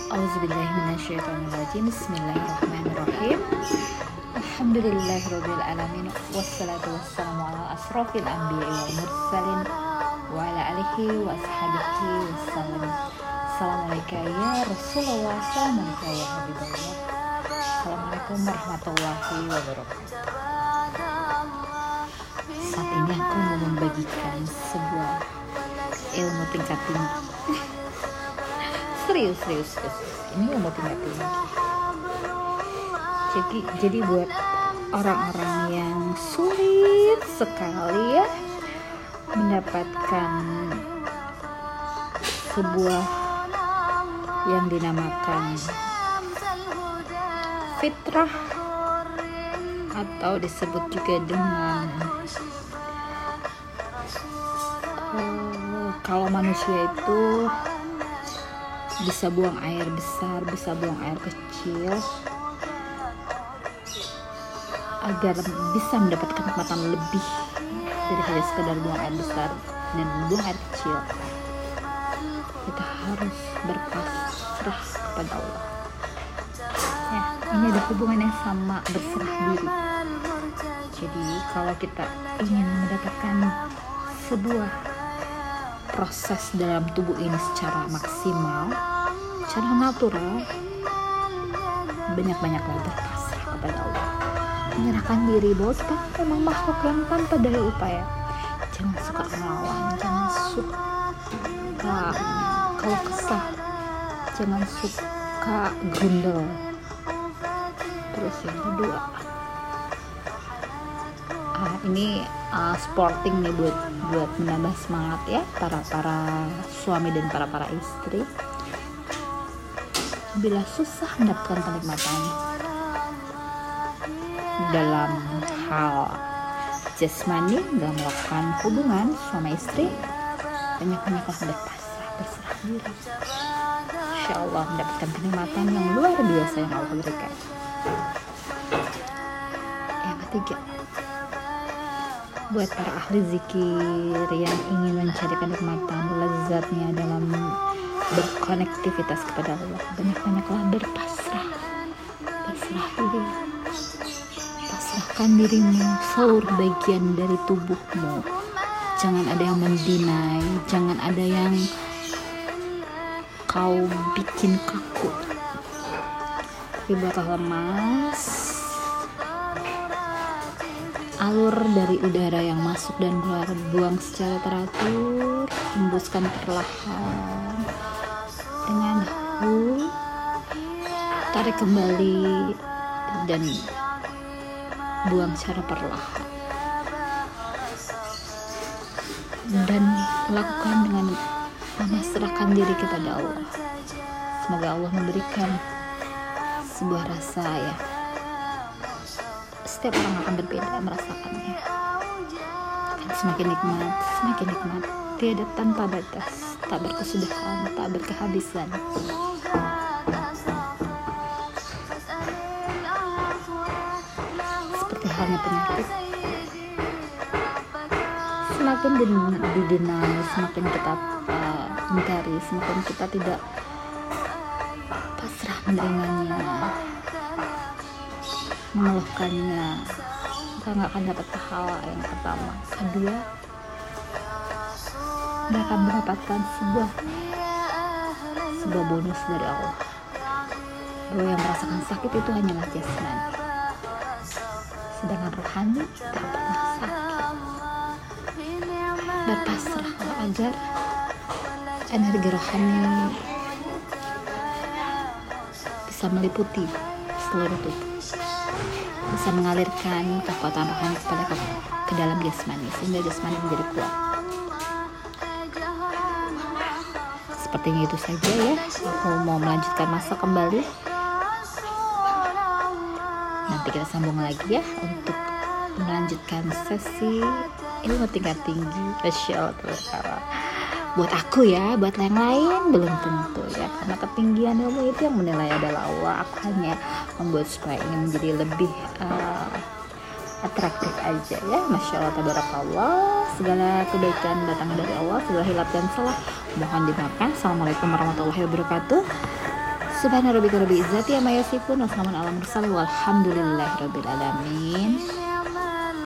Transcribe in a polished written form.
Auzubillahiminasyaitonirrajim. Bismillahirrahmanirrahim. Alhamdulillahirabbil alamin wassalatu wassalamu ala asrofil anbiya'i wal mursalin wa ala alihi wa ashabihi wassalam. Assalamualaikum ya Rasulullah, assalamualaikum ya Habibullah. Assalamualaikum warahmatullahi wabarakatuh. Saat ini aku mau membagikan sebuah ilmu tingkat tinggi. Serius. Ini ilmu tingkat tinggi. Jadi buat orang-orang yang sulit sekali ya mendapatkan sebuah yang dinamakan fitrah atau disebut juga dengan kalau manusia itu bisa buang air besar, bisa buang air kecil agar bisa mendapatkan kenikmatan lebih daripada sekedar buang air besar dan buang air kecil. Kita harus berpasrah kepada Allah. Ya, ini ada hubungannya sama berserah diri. Jadi kalau kita ingin mendapatkan sebuah proses dalam tubuh ini secara maksimal, secara natural, banyak-banyaklah berpasrah kepada Allah, menyerahkan diri bahwa kita memang makhluk yang tanpa daya upaya. Jangan suka melawan, jangan suka kalau kesah, jangan suka grundel. Terus yang kedua, ini sporting nih buat menambah semangat ya para suami dan para istri. Bila susah mendapatkan kenikmatan dalam hal jasmani, dalam melakukan hubungan suami istri, banyak-banyaklah berserah diri. Insya Allah mendapatkan kenikmatan yang luar biasa yang Allah berikan. Yang ketiga, buat para ahli zikir yang ingin mencari kenikmatan lezatnya dalam berkonektivitas kepada Allah, banyak-banyaklah berserah diri. Pasrahkan dirimu, seluruh bagian dari tubuhmu. Jangan ada yang mendinai, jangan ada yang kau bikin kaku. Tapi buatlah lemas. Alur dari udara yang masuk dan keluar, buang secara teratur, hembuskan perlahan dengan tarik kembali dan buang secara perlahan, dan lakukan dengan memasrahkan diri kepada Allah. Semoga Allah memberikan sebuah rasa ya, setiap orang akan berbeda merasakannya. Akan semakin nikmat, tiada tanpa batas, tak berkesudahan, tak berkehabisan. Seperti halnya penyakit, semakin didenai, semakin kita ingkari, semakin kita tidak pasrah menerimanya, mengeluhkannya, kita nggak akan dapat pahala yang pertama. Kedua, kita akan mendapatkan sebuah bonus dari Allah, bahwa yang merasakan sakit itu hanyalah jasmani, sedangkan rohani tak pernah sakit. Berpasrahlah agar energi rohani bisa meliputi seluruh tubuh, bisa mengalirkan kekuatan rohani ke dalam jasmani, sehingga jasmani menjadi kuat. Sepertinya itu saja ya. Aku mau melanjutkan masa kembali. Nanti kita sambung lagi ya untuk melanjutkan sesi ilmu tingkat tinggi. Masya Allah. Buat aku ya, buat yang lain belum tentu ya, karena ketinggian ilmu itu yang menilai adalah Allah. Aku hanya membuat supaya ingin menjadi lebih atraktif aja ya. Masya Allah, tabarakallah. Segala kebaikan datang dari Allah, segala hilaf dan salah mohon dimaafkan. Assalamualaikum warahmatullahi wabarakatuh. Subhana rabbika rabbil izzati amma yasifun wa salamun alal mursalin walhamdulillahi rabbil alamin.